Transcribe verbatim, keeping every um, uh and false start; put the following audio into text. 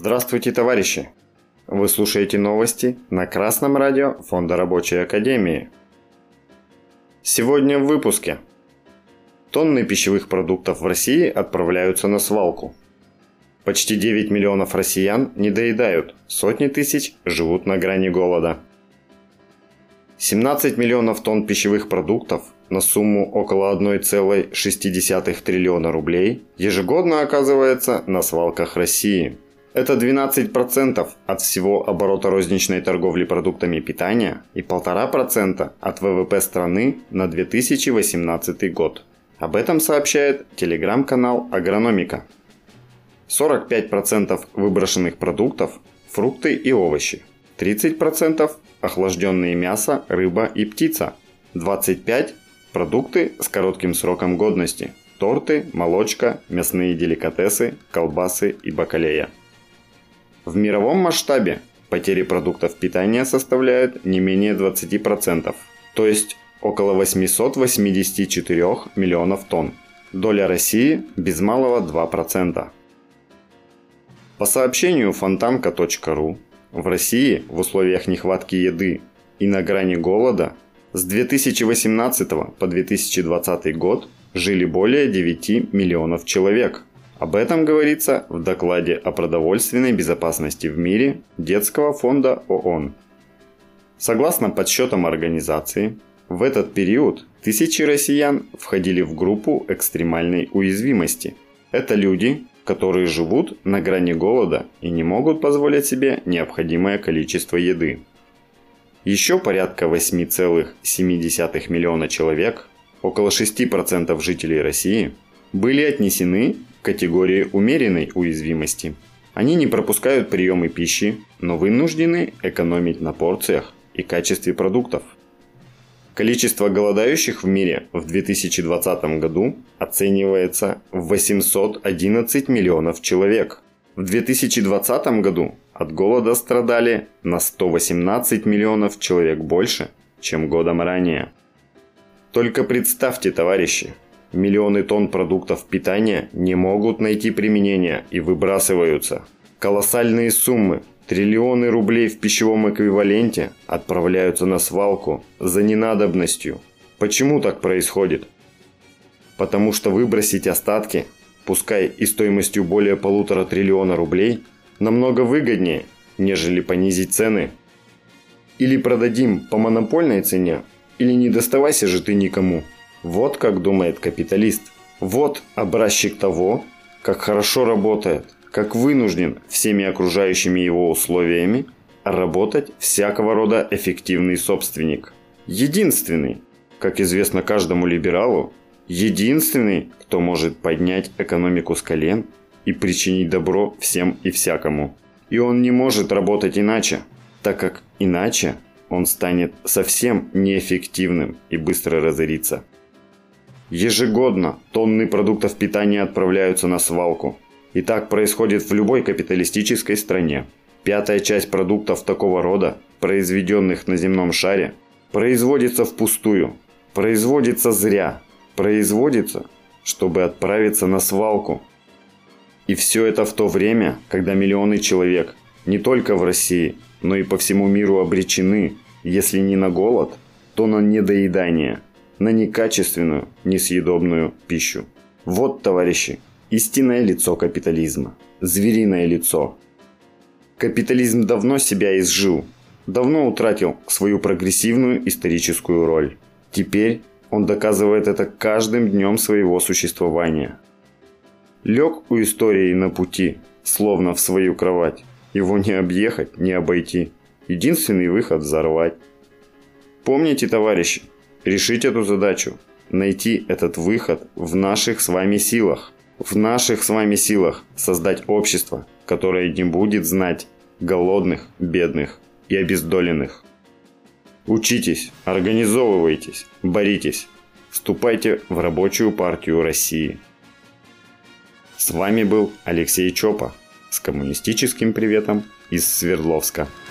Здравствуйте, товарищи! Вы слушаете новости на Красном радио Фонда Рабочей Академии. Сегодня в выпуске. Тонны пищевых продуктов в России отправляются на свалку. Почти девять миллионов россиян недоедают, сотни тысяч живут на грани голода. семнадцать миллионов тонн пищевых продуктов на сумму около одна целая шесть десятых триллиона рублей ежегодно оказывается на свалках России. Это двенадцать процентов от всего оборота розничной торговли продуктами питания и полтора процента от вэ вэ пэ страны на две тысячи восемнадцатый год. Об этом сообщает телеграм-канал Агрономика. сорок пять процентов выброшенных продуктов – фрукты и овощи, тридцать процентов – охлажденные мясо, рыба и птица, двадцать пять процентов – продукты с коротким сроком годности, торты, молочка, мясные деликатесы, колбасы и бакалея. В мировом масштабе потери продуктов питания составляют не менее двадцать процентов, то есть около восемьсот восемьдесят четыре миллионов тонн. Доля России без малого два процента. По сообщению фонтанка точка ру, в России в условиях нехватки еды и на грани голода с две тысячи восемнадцатого по две тысячи двадцатый год жили более девяти миллионов человек. Об этом говорится в докладе о продовольственной безопасности в мире Детского фонда о о эн. Согласно подсчетам организации, в этот период тысячи россиян входили в группу экстремальной уязвимости. Это люди, которые живут на грани голода и не могут позволить себе необходимое количество еды. Еще порядка восемь целых семь десятых миллиона человек, около шесть процентов жителей России, были отнесены к категории умеренной уязвимости. Они не пропускают приемы пищи, но вынуждены экономить на порциях и качестве продуктов. Количество голодающих в мире в две тысячи двадцатом году оценивается в восемьсот одиннадцать миллионов человек. В две тысячи двадцатом году от голода страдали на сто восемнадцать миллионов человек больше, чем годом ранее. Только представьте, товарищи, миллионы тонн продуктов питания не могут найти применения и выбрасываются. Колоссальные суммы, триллионы рублей в пищевом эквиваленте отправляются на свалку за ненадобностью. Почему так происходит? Потому что выбросить остатки, пускай и стоимостью более полутора триллиона рублей, намного выгоднее, нежели понизить цены. Или продадим по монопольной цене, или не доставайся же ты никому. Вот как думает капиталист. Вот образчик того, как хорошо работает, как вынужден всеми окружающими его условиями работать всякого рода эффективный собственник. Единственный, как известно каждому либералу, единственный, кто может поднять экономику с колен и причинить добро всем и всякому. И он не может работать иначе, так как иначе он станет совсем неэффективным и быстро разорится. Ежегодно тонны продуктов питания отправляются на свалку. И так происходит в любой капиталистической стране. Пятая часть продуктов такого рода, произведенных на земном шаре, производится впустую, производится зря, производится, чтобы отправиться на свалку. И все это в то время, когда миллионы человек, не только в России, но и по всему миру обречены, если не на голод, то на недоедание, на некачественную, несъедобную пищу. Вот, товарищи, истинное лицо капитализма. Звериное лицо. Капитализм давно себя изжил, давно утратил свою прогрессивную историческую роль. Теперь он доказывает это каждым днем своего существования. Лег у истории на пути, словно в свою кровать. Его не объехать, не обойти. Единственный выход – взорвать. Помните, товарищи, решить эту задачу, найти этот выход в наших с вами силах. В наших с вами силах создать общество, которое не будет знать голодных, бедных и обездоленных. Учитесь, организовывайтесь, боритесь, вступайте в Рабочую партию России. С вами был Алексей Чопа с коммунистическим приветом из Свердловска.